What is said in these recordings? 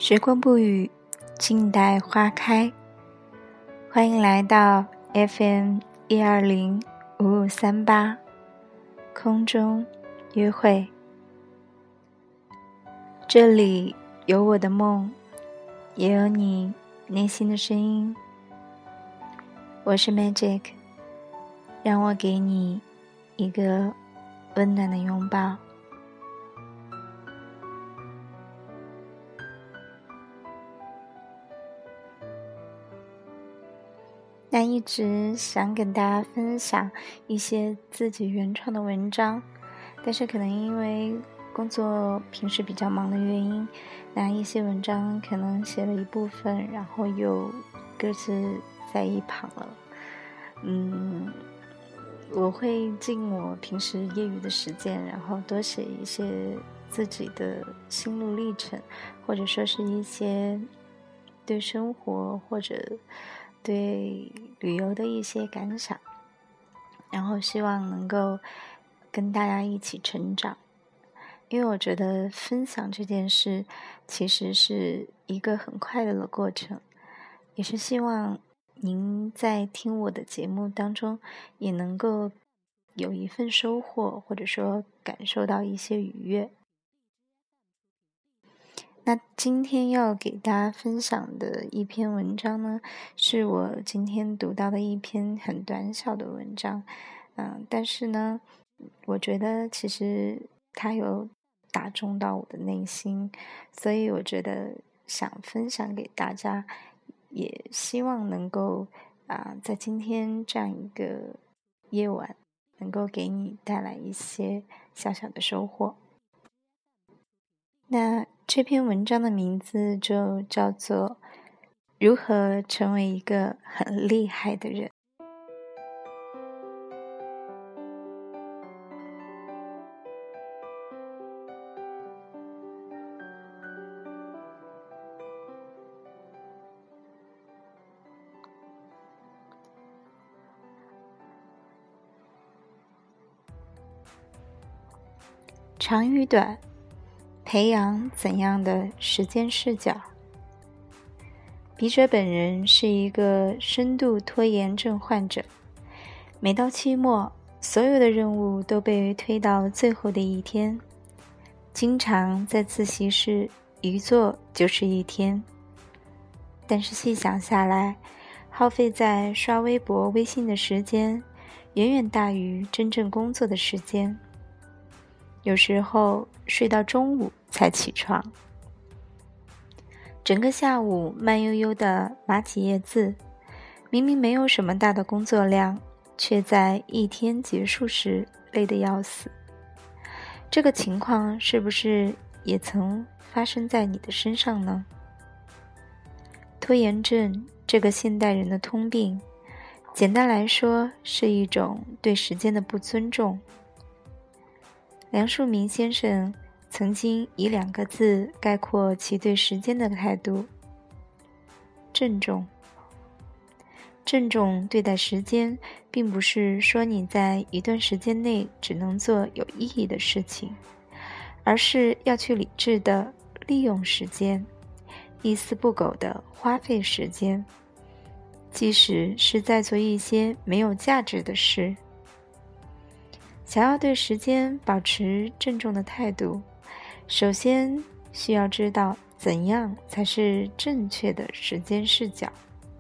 时光不语，静待花开。欢迎来到 FM1205538 空中约会。这里有我的梦，也有你内心的声音。我是 Magic， 让我给你一个温暖的拥抱。那一直想跟大家分享一些自己原创的文章，但是可能因为工作平时比较忙的原因，那一些文章可能写了一部分，然后又搁置在一旁了。我会尽我平时业余的时间，然后多写一些自己的心路历程，或者说是一些对生活或者对旅游的一些感想，然后希望能够跟大家一起成长。因为我觉得分享这件事其实是一个很快乐的过程，也是希望您在听我的节目当中也能够有一份收获，或者说感受到一些愉悦。那今天要给大家分享的一篇文章呢，是我今天读到的一篇很短小的文章，但是呢，我觉得其实它有打中到我的内心，所以我觉得想分享给大家，也希望能够在今天这样一个夜晚，能够给你带来一些小小的收获。那这篇文章的名字就叫做《如何成为一个很厉害的人》。长与短，培养怎样的时间视角？笔者本人是一个深度拖延症患者，每到期末，所有的任务都被推到最后的一天，经常在自习室一坐就是一天。但是细想下来，耗费在刷微博、微信的时间，远远大于真正工作的时间。有时候睡到中午才起床，整个下午慢悠悠地码几页字，明明没有什么大的工作量，却在一天结束时累得要死。这个情况是不是也曾发生在你的身上呢？拖延症这个现代人的通病，简单来说是一种对时间的不尊重。梁漱溟先生曾经以2个字概括其对时间的态度：郑重。郑重对待时间，并不是说你在一段时间内只能做有意义的事情，而是要去理智地利用时间，一丝不苟地花费时间，即使是在做一些没有价值的事。想要对时间保持郑重的态度，首先需要知道怎样才是正确的时间视角。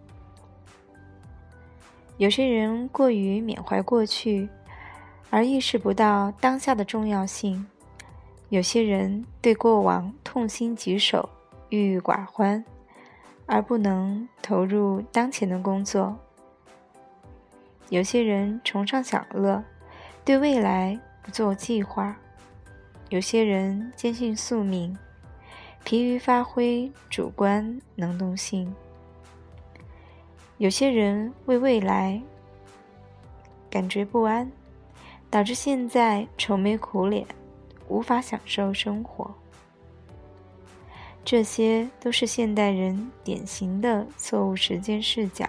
有些人过于缅怀过去，而意识不到当下的重要性；有些人对过往痛心疾首，郁郁寡欢，而不能投入当前的工作；有些人崇尚享乐，对未来不做计划；有些人坚信宿命，疲于发挥主观能动性；有些人为未来感觉不安，导致现在愁眉苦脸，无法享受生活。这些都是现代人典型的错误时间视角。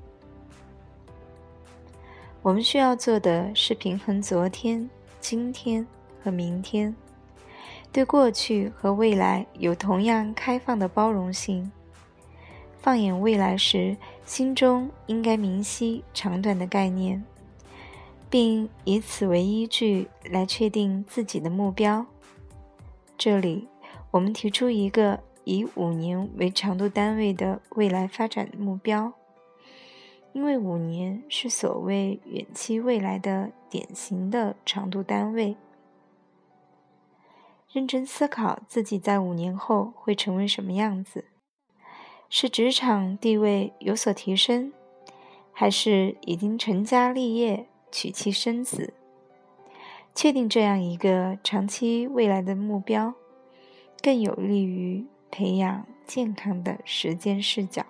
我们需要做的是平衡昨天、今天和明天， 对过去和未来有同样开放的包容性。放眼未来时，心中应该明晰长短的概念，并以此为依据来确定自己的目标。这里，我们提出一个以5年为长度单位的未来发展目标，因为5年是所谓远期未来的典型的长度单位。认真思考自己在5年后会成为什么样子，是职场地位有所提升，还是已经成家立业、娶妻生子？确定这样一个长期未来的目标，更有利于培养健康的时间视角。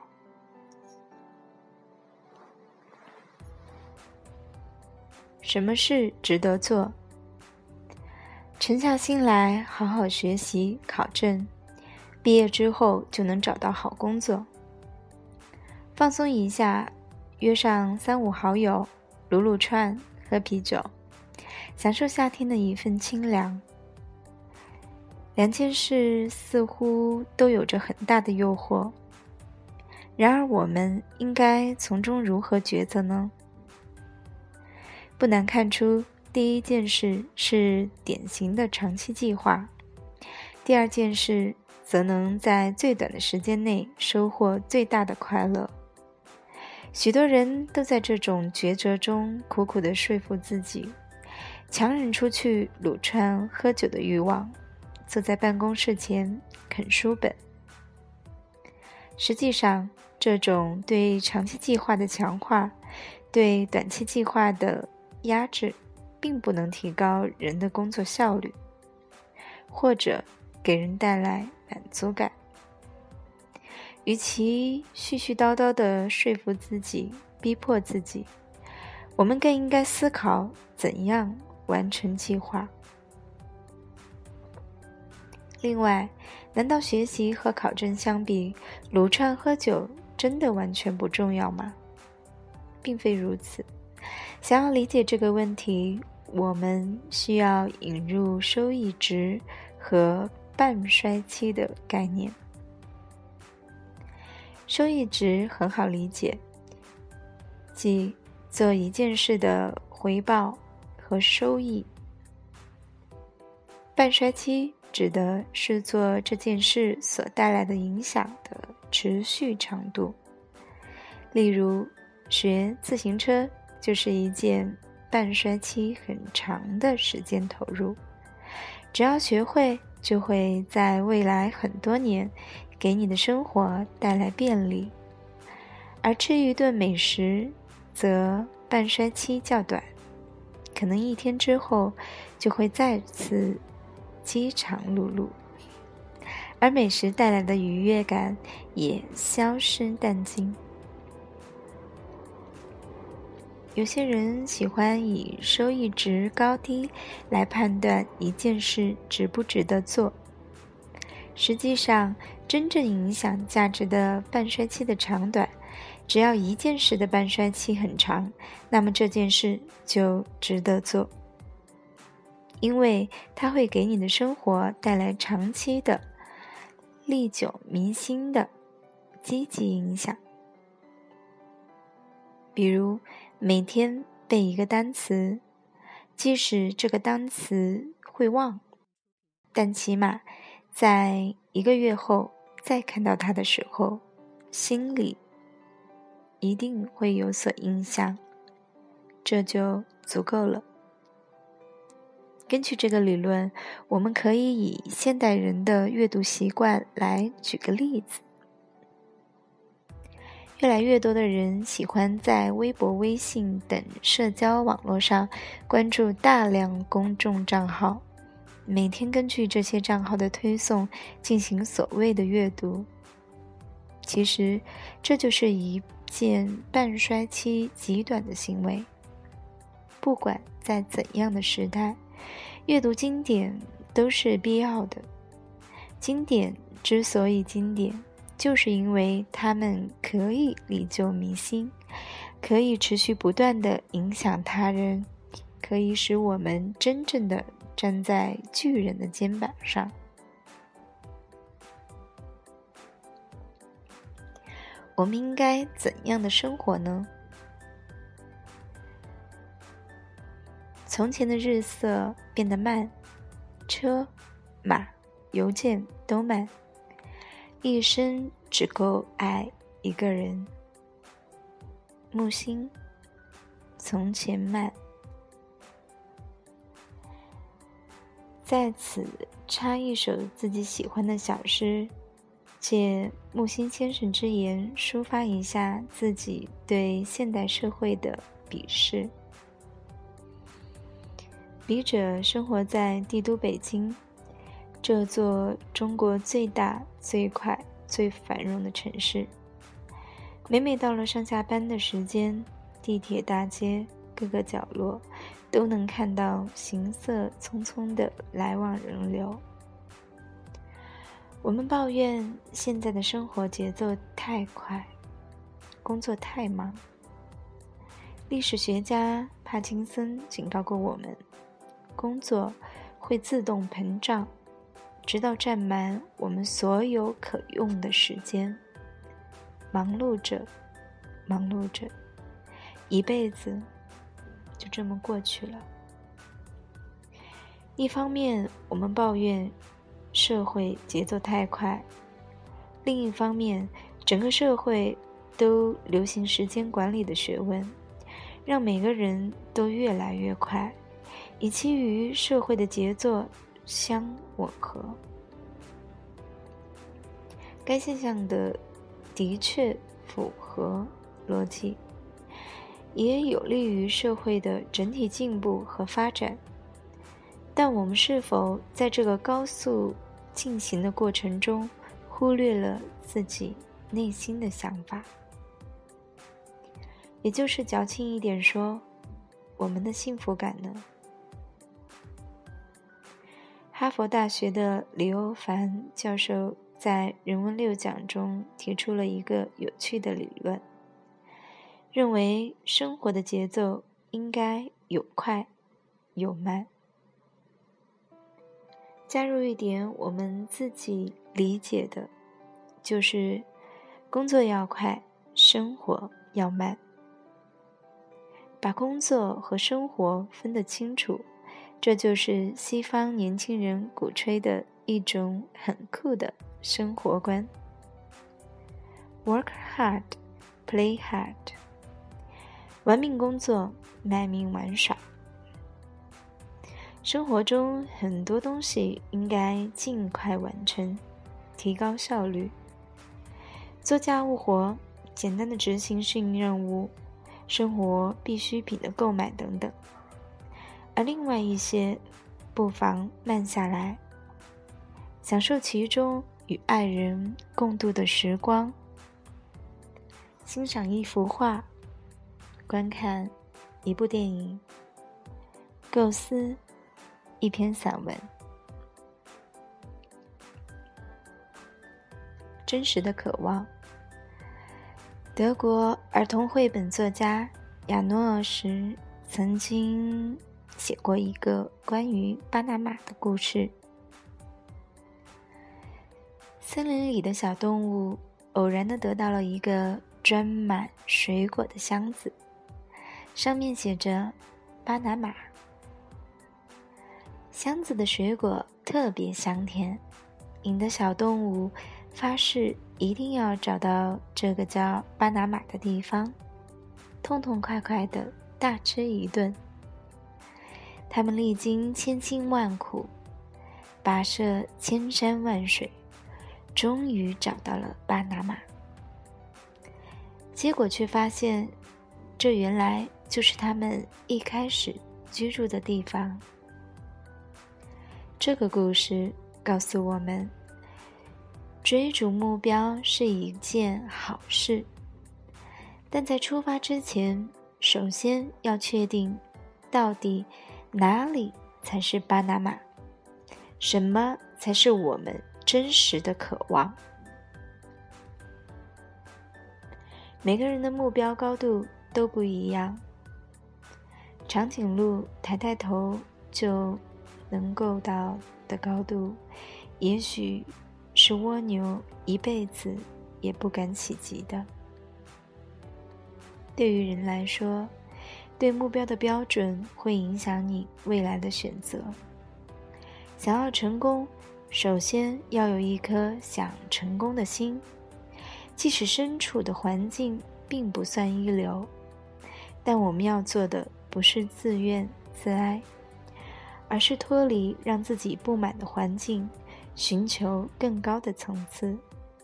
什么事值得做？沉下心来，好好学习、考证，毕业之后就能找到好工作。放松一下，约上3、5好友，撸撸串，喝啤酒，享受夏天的一份清凉。2件事似乎都有着很大的诱惑，然而我们应该从中如何抉择呢？不难看出，第1件事是典型的长期计划，第2件事则能在最短的时间内收获最大的快乐。许多人都在这种抉择中苦苦地说服自己，强忍出去撸串喝酒的欲望，坐在办公室前啃书本。实际上，这种对长期计划的强化，对短期计划的压制，并不能提高人的工作效率，或者给人带来满足感。与其絮絮叨叨地说服自己、逼迫自己，我们更应该思考怎样完成计划。另外，难道学习和考证相比，撸串喝酒真的完全不重要吗？并非如此。想要理解这个问题，我们需要引入收益值和半衰期的概念。收益值很好理解，即做一件事的回报和收益。半衰期指的是做这件事所带来的影响的持续长度。例如，学自行车就是一件半衰期很长的时间投入，只要学会，就会在未来很多年给你的生活带来便利。而吃一顿美食则半衰期较短，可能1天之后就会再次饥肠辘辘，而美食带来的愉悦感也消失殆尽。有些人喜欢以收益值高低来判断一件事值不值得做。实际上，真正影响价值的半衰期的长短，只要一件事的半衰期很长，那么这件事就值得做，因为它会给你的生活带来长期的、历久弥新的积极影响。比如，每天背一个单词，即使这个单词会忘，但起码在1个月后再看到它的时候，心里一定会有所印象，这就足够了。根据这个理论，我们可以以现代人的阅读习惯来举个例子。越来越多的人喜欢在微博、微信等社交网络上关注大量公众账号，每天根据这些账号的推送进行所谓的阅读。其实，这就是一件半衰期极短的行为。不管在怎样的时代，阅读经典都是必要的。经典之所以经典，就是因为它们可以历久弥新，可以持续不断地影响他人，可以使我们真正的站在巨人的肩膀上。我们应该怎样的生活呢？从前的日色变得慢，车、马、邮件都慢，一生只够爱一个人。木心，从前慢。在此插一首自己喜欢的小诗，借木心先生之言抒发一下自己对现代社会的鄙视。笔者生活在帝都北京，这座中国最大、最快、最繁荣的城市。每每到了上下班的时间，地铁大街各个角落都能看到行色匆匆的来往人流。我们抱怨现在的生活节奏太快，工作太忙。历史学家帕金森警告过我们，工作会自动膨胀，直到占满我们所有可用的时间。忙碌着，忙碌着，一辈子就这么过去了。一方面，我们抱怨社会节奏太快，另一方面，整个社会都流行时间管理的学问，让每个人都越来越快，以期与社会的节奏相吻合。该现象的确符合逻辑，也有利于社会的整体进步和发展。但我们是否在这个高速进行的过程中忽略了自己内心的想法？也就是矫情一点说，我们的幸福感呢？哈佛大学的李欧凡教授在人文六讲中提出了一个有趣的理论，认为生活的节奏应该有快有慢。加入一点我们自己理解的，就是工作要快，生活要慢。把工作和生活分得清楚，这就是西方年轻人鼓吹的一种很酷的生活观。Work hard, play hard。玩命工作，卖命玩耍。生活中很多东西应该尽快完成，提高效率。做家务活，简单的执行适应任务，生活必需品的购买等等。而另外一些，不妨慢下来，享受其中与爱人共度的时光，欣赏一幅画，观看一部电影，构思一篇散文。真实的渴望。德国儿童绘本作家亚诺尔什曾经写过一个关于巴拿马的故事。森林里的小动物偶然地得到了一个装满水果的箱子，上面写着巴拿马。箱子的水果特别香甜，引得小动物发誓一定要找到这个叫巴拿马的地方，痛痛快快地大吃一顿。他们历经千辛万苦，跋涉千山万水，终于找到了巴拿马。结果却发现，这原来就是他们一开始居住的地方。这个故事告诉我们，追逐目标是一件好事，但在出发之前，首先要确定到底哪里才是巴拿马，什么才是我们真实的渴望。每个人的目标高度都不一样，长颈鹿抬抬头就能够到的高度，也许是蜗牛一辈子也不敢企及的。对于人来说，对目标的标准会影响你未来的选择。想要成功，首先要有一颗想成功的心，即使身处的环境并不算一流，但我们要做的不是自怨自哀，而是脱离让自己不满的环境，寻求更高的层次。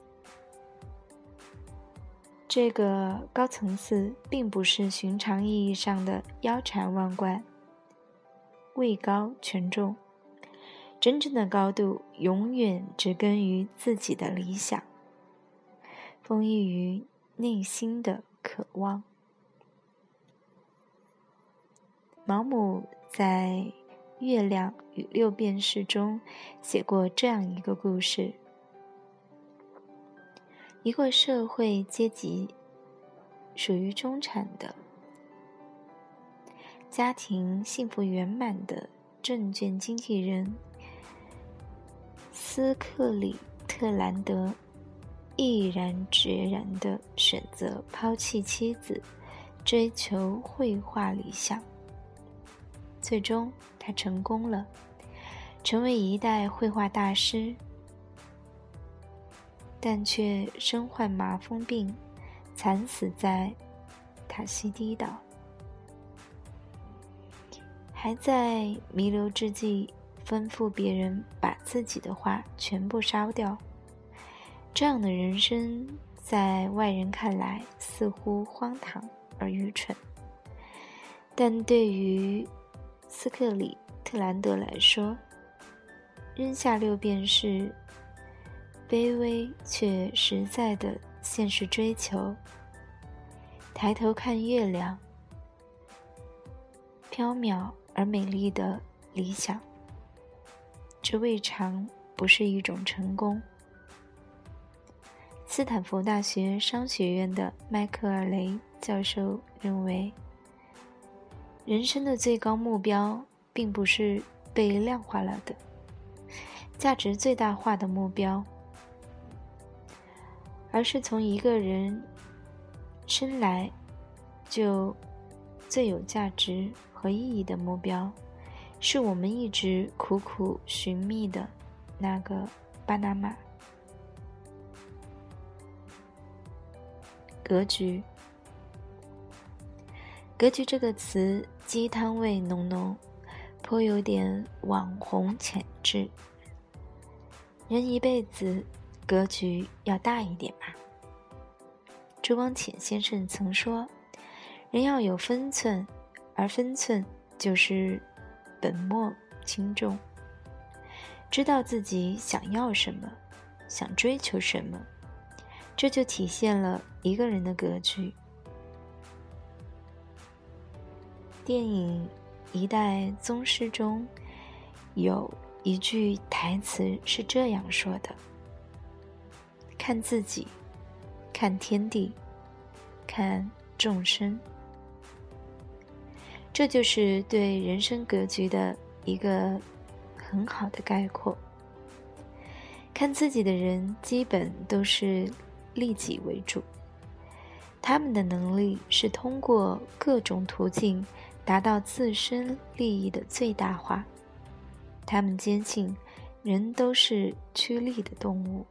这个高层次并不是寻常意义上的腰缠万贯、位高权重，真正的高度永远植根于自己的理想，丰溢于内心的渴望。毛姆在《月亮与六便士》中写过这样一个故事：一个社会阶级属于中产的、家庭幸福圆满的证券经纪人斯克里特兰德毅然决然地选择抛弃妻子，追求绘画理想。最终他成功了，成为一代绘画大师，但却身患麻风病，惨死在塔希堤岛。还在弥留之际吩咐别人把自己的画全部烧掉，这样的人生在外人看来似乎荒唐而愚蠢，但对于斯克里特兰德来说，扔下六便士卑微却实在的现实追求，抬头看月亮，缥缈而美丽的理想，这未尝不是一种成功。斯坦福大学商学院的迈克尔·雷教授认为，人生的最高目标并不是被量化了的价值最大化的目标，而是从一个人生来就最有价值和意义的目标，是我们一直苦苦寻觅的那个巴拿马。格局，格局这个词鸡汤味浓浓，颇有点网红潜质。人一辈子格局要大一点吧。朱光潜先生曾说，人要有分寸，而分寸就是本末轻重，知道自己想要什么，想追求什么，这就体现了一个人的格局。电影《一代宗师》中有一句台词是这样说的：看自己，看天地，看众生。这就是对人生格局的一个很好的概括。看自己的人基本都是利己为主，他们的能力是通过各种途径达到自身利益的最大化。他们坚信人都是趋利的动物。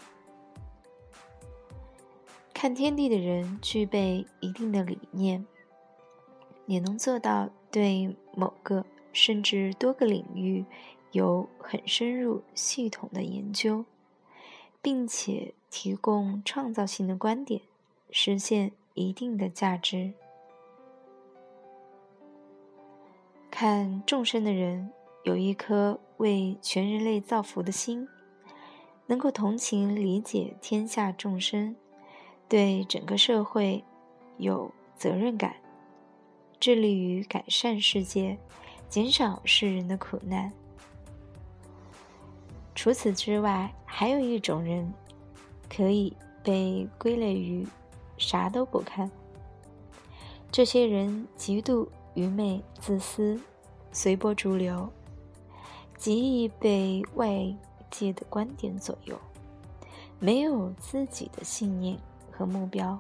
看天地的人具备一定的理念，也能做到对某个甚至多个领域有很深入系统的研究，并且提供创造性的观点，实现一定的价值。看众生的人有一颗为全人类造福的心，能够同情理解天下众生，对整个社会有责任感，致力于改善世界，减少世人的苦难。除此之外，还有一种人可以被归类于啥都不看。这些人极度愚昧、自私，随波逐流， 极易被外界的观点左右，没有自己的信念和目标。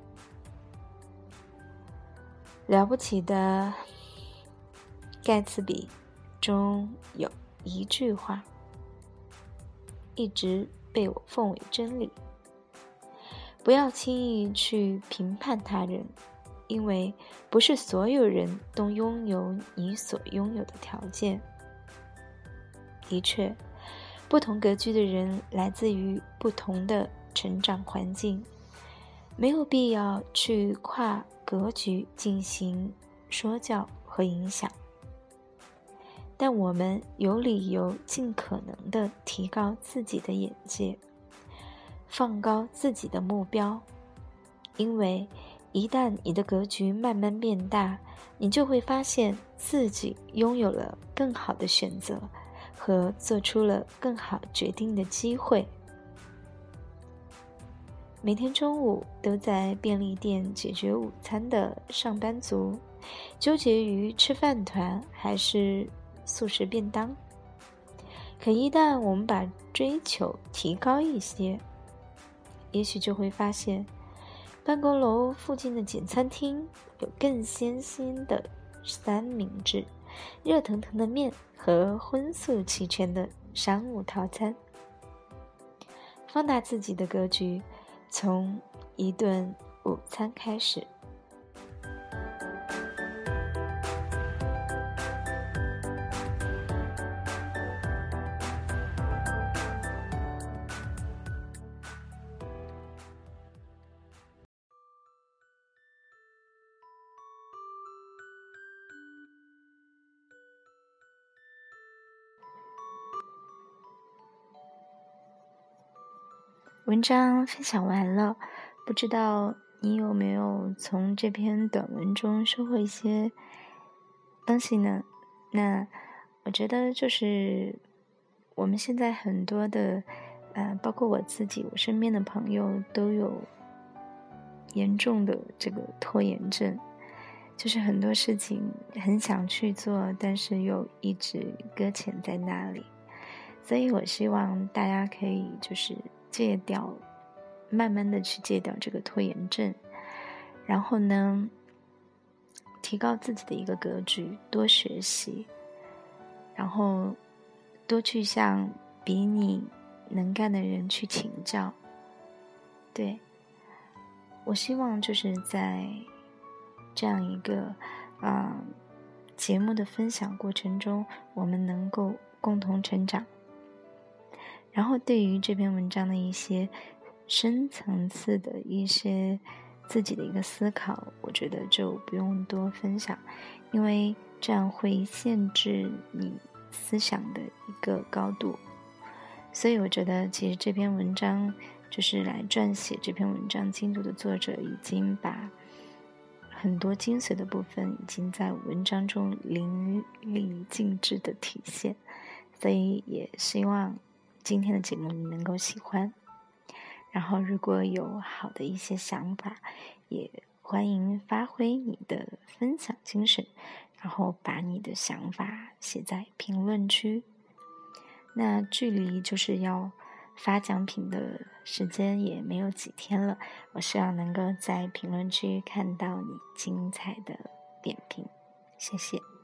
了不起的盖茨比中有一句话一直被我奉为真理：不要轻易去评判他人，因为不是所有人都拥有你所拥有的条件。的确，不同格局的人来自于不同的成长环境，没有必要去跨格局进行说教和影响。但我们有理由尽可能地提高自己的眼界，放高自己的目标，因为一旦你的格局慢慢变大，你就会发现自己拥有了更好的选择和做出了更好决定的机会。每天中午都在便利店解决午餐的上班族，纠结于吃饭团还是速食便当。可一旦我们把追求提高一些，也许就会发现办公楼附近的简餐厅有更新鲜的三明治、热腾腾的面和荤素齐全的商务套餐。放大自己的格局，从一顿午餐开始。文章分享完了，不知道你有没有从这篇短文中收获一些东西呢？那我觉得就是我们现在很多的包括我自己，我身边的朋友都有严重的这个拖延症，就是很多事情很想去做，但是又一直搁浅在那里。所以我希望大家可以就是戒掉，慢慢的去戒掉这个拖延症，然后呢，提高自己的一个格局，多学习，然后多去向比你能干的人去请教。对，我希望就是在这样一个节目的分享过程中，我们能够共同成长。然后对于这篇文章的一些深层次的一些自己的一个思考，我觉得就不用多分享，因为这样会限制你思想的一个高度。所以我觉得其实这篇文章就是来撰写这篇文章精读的作者已经把很多精髓的部分已经在文章中淋漓尽致的体现，所以也希望今天的节目你能够喜欢。然后如果有好的一些想法，也欢迎发挥你的分享精神，然后把你的想法写在评论区。那距离就是要发奖品的时间也没有几天了，我希望能够在评论区看到你精彩的点评，谢谢。